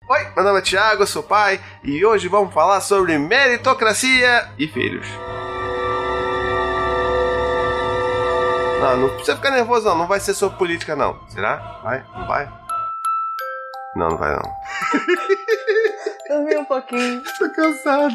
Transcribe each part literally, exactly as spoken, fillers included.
Oi, meu nome é Thiago, eu sou pai e hoje vamos falar sobre meritocracia e filhos. Não, não precisa ficar nervoso não, não vai ser sobre política não. Será? Vai? Não vai? Não, não vai não. Dormi um pouquinho. Tô cansado.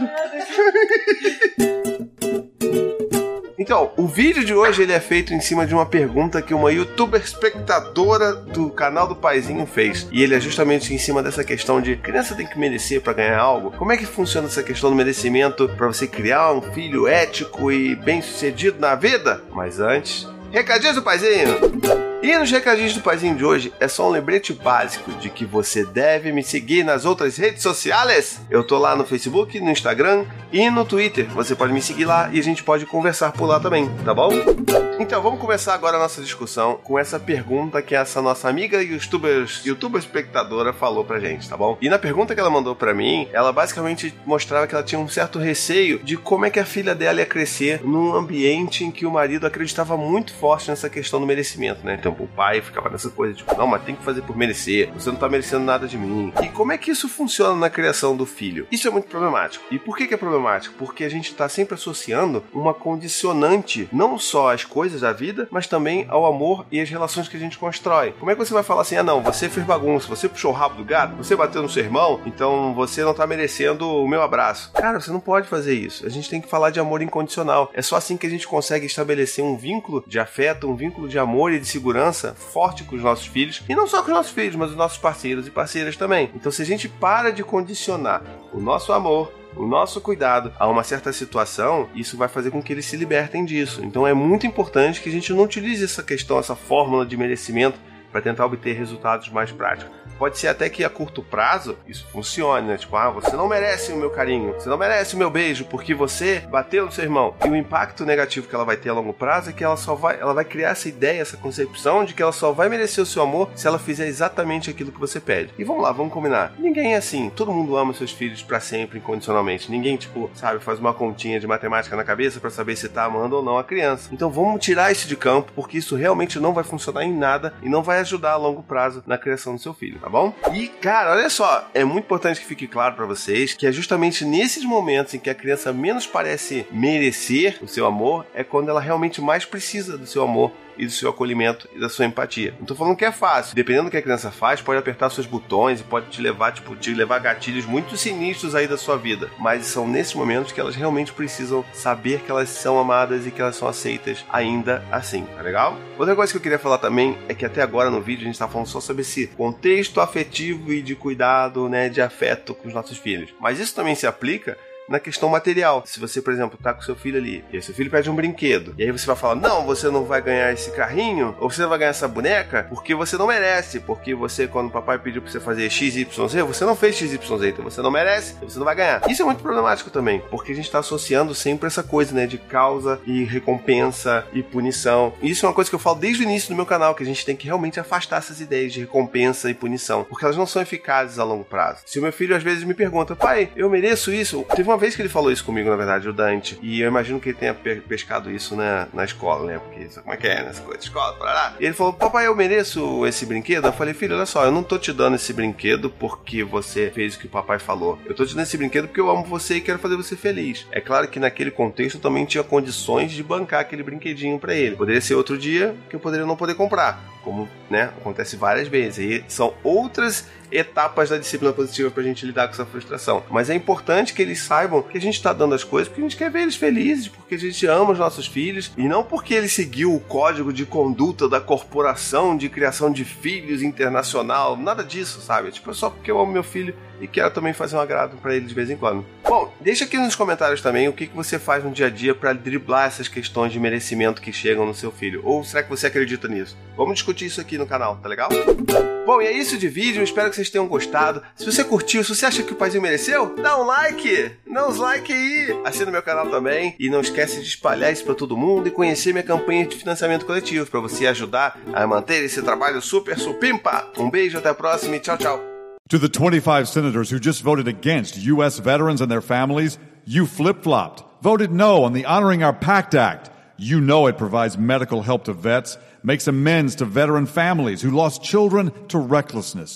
Então, o vídeo de hoje ele é feito em cima de uma pergunta que uma youtuber espectadora do canal do Paizinho fez. E ele é justamente em cima dessa questão de criança tem que merecer pra ganhar algo. Como é que funciona essa questão do merecimento pra você criar um filho ético e bem sucedido na vida? Mas antes, recadinhos do Paizinho! E nos recadinhos do Paizinho de hoje é só um lembrete básico de que você deve me seguir nas outras redes sociais. Eu tô lá no Facebook, no Instagram e no Twitter. Você pode me seguir lá e a gente pode conversar por lá também, tá bom? Então vamos começar agora a nossa discussão com essa pergunta que essa nossa amiga youtuber, youtuber espectadora falou pra gente, tá bom? E na pergunta que ela mandou pra mim, ela basicamente mostrava que ela tinha um certo receio de como é que a filha dela ia crescer num ambiente em que o marido acreditava muito forte nessa questão do merecimento, né? Então o pai ficava nessa coisa, tipo, não, mas tem que fazer por merecer, você não tá merecendo nada de mim. E como é que isso funciona na criação do filho? Isso é muito problemático. E por que que é problemático? Porque a gente tá sempre associando uma condicionante, não só às coisas da vida, mas também ao amor e às relações que a gente constrói. Como é que você vai falar assim, ah não, você fez bagunça, você puxou o rabo do gato, você bateu no seu irmão, então você não tá merecendo o meu abraço. Cara, você não pode fazer isso. A gente tem que falar de amor incondicional. É só assim que a gente consegue estabelecer um vínculo de afeto, um vínculo de amor e de segurança forte com os nossos filhos, e não só com os nossos filhos, mas os nossos parceiros e parceiras também. Então, se a gente para de condicionar o nosso amor, o nosso cuidado a uma certa situação, isso vai fazer com que eles se libertem disso. Então, é muito importante que a gente não utilize essa questão, essa fórmula de merecimento para tentar obter resultados mais práticos. Pode ser até que a curto prazo isso funcione, né? Tipo, ah, você não merece o meu carinho, você não merece o meu beijo porque você bateu no seu irmão. E o impacto negativo que ela vai ter a longo prazo é que ela só vai, ela vai criar essa ideia, essa concepção de que ela só vai merecer o seu amor se ela fizer exatamente aquilo que você pede. E vamos lá, vamos combinar. Ninguém é assim. Todo mundo ama seus filhos pra sempre, incondicionalmente. Ninguém, tipo, sabe, faz uma continha de matemática na cabeça pra saber se tá amando ou não a criança. Então vamos tirar isso de campo, porque isso realmente não vai funcionar em nada e não vai ajudar a longo prazo na criação do seu filho, tá bom? E, cara, olha só, é muito importante que fique claro pra vocês que é justamente nesses momentos em que a criança menos parece merecer o seu amor, é quando ela realmente mais precisa do seu amor e do seu acolhimento e da sua empatia. Não tô falando que é fácil. Dependendo do que a criança faz, pode apertar seus botões e pode te levar, tipo, te levar a gatilhos muito sinistros aí da sua vida. Mas são nesses momentos que elas realmente precisam saber que elas são amadas e que elas são aceitas ainda assim, tá legal? Outra coisa que eu queria falar também é que até agora no vídeo a gente tá falando só sobre esse contexto afetivo e de cuidado, né, de afeto com os nossos filhos. Mas isso também se aplica na questão material. Se você, por exemplo, tá com seu filho ali, e aí seu filho pede um brinquedo, e aí você vai falar, não, você não vai ganhar esse carrinho, ou você não vai ganhar essa boneca, porque você não merece, porque você, quando o papai pediu pra você fazer X Y Z, você não fez X Y Z, então você não merece, então você não vai ganhar. Isso é muito problemático também, porque a gente tá associando sempre essa coisa, né, de causa e recompensa e punição. E isso é uma coisa que eu falo desde o início do meu canal, que a gente tem que realmente afastar essas ideias de recompensa e punição, porque elas não são eficazes a longo prazo. Se o meu filho às vezes me pergunta, pai, eu mereço isso? Teve uma vez que ele falou isso comigo, na verdade, o Dante, e eu imagino que ele tenha pescado isso, né, na escola, né, porque isso, como é que é, nessa coisa de escola, para lá. E ele falou, papai, eu mereço esse brinquedo? Eu falei, filho, olha só, eu não tô te dando esse brinquedo porque você fez o que o papai falou. Eu tô te dando esse brinquedo porque eu amo você e quero fazer você feliz. É claro que naquele contexto eu também tinha condições de bancar aquele brinquedinho pra ele. Poderia ser outro dia que eu poderia não poder comprar, como, né, acontece várias vezes. E são outras etapas da disciplina positiva pra gente lidar com essa frustração. Mas é importante que eles saibam que a gente tá dando as coisas porque a gente quer ver eles felizes, porque a gente ama os nossos filhos, e não porque ele seguiu o código de conduta da corporação de criação de filhos internacional, nada disso, sabe? Tipo, é só porque eu amo meu filho e quero também fazer um agrado pra ele de vez em quando. Bom, deixa aqui nos comentários também o que, que você faz no dia a dia pra driblar essas questões de merecimento que chegam no seu filho. Ou será que você acredita nisso? Vamos discutir isso aqui no canal, tá legal? Bom, e é isso de vídeo, espero que vocês tenham gostado. Se você curtiu, se você acha que o Paizinho mereceu, dá um like, dá uns like aí. Assina o meu canal também e não esquece de espalhar isso pra todo mundo e conhecer minha campanha de financiamento coletivo pra você ajudar a manter esse trabalho super supimpa. Um beijo, até a próxima e tchau, tchau. To the twenty-five senators who just voted against U S veterans and their families, you flip-flopped, voted no on the Honoring Our Pact Act. You know it provides medical help to vets, makes amends to veteran families who lost children to recklessness.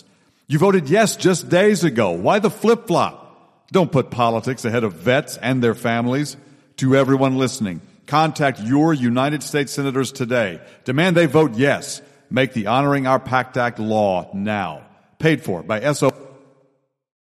You voted yes just days ago. Why the flip-flop? Don't put politics ahead of vets and their families. To everyone listening, contact your United States senators today. Demand they vote yes. Make the Honoring Our Pact Act law now. Paid for by S O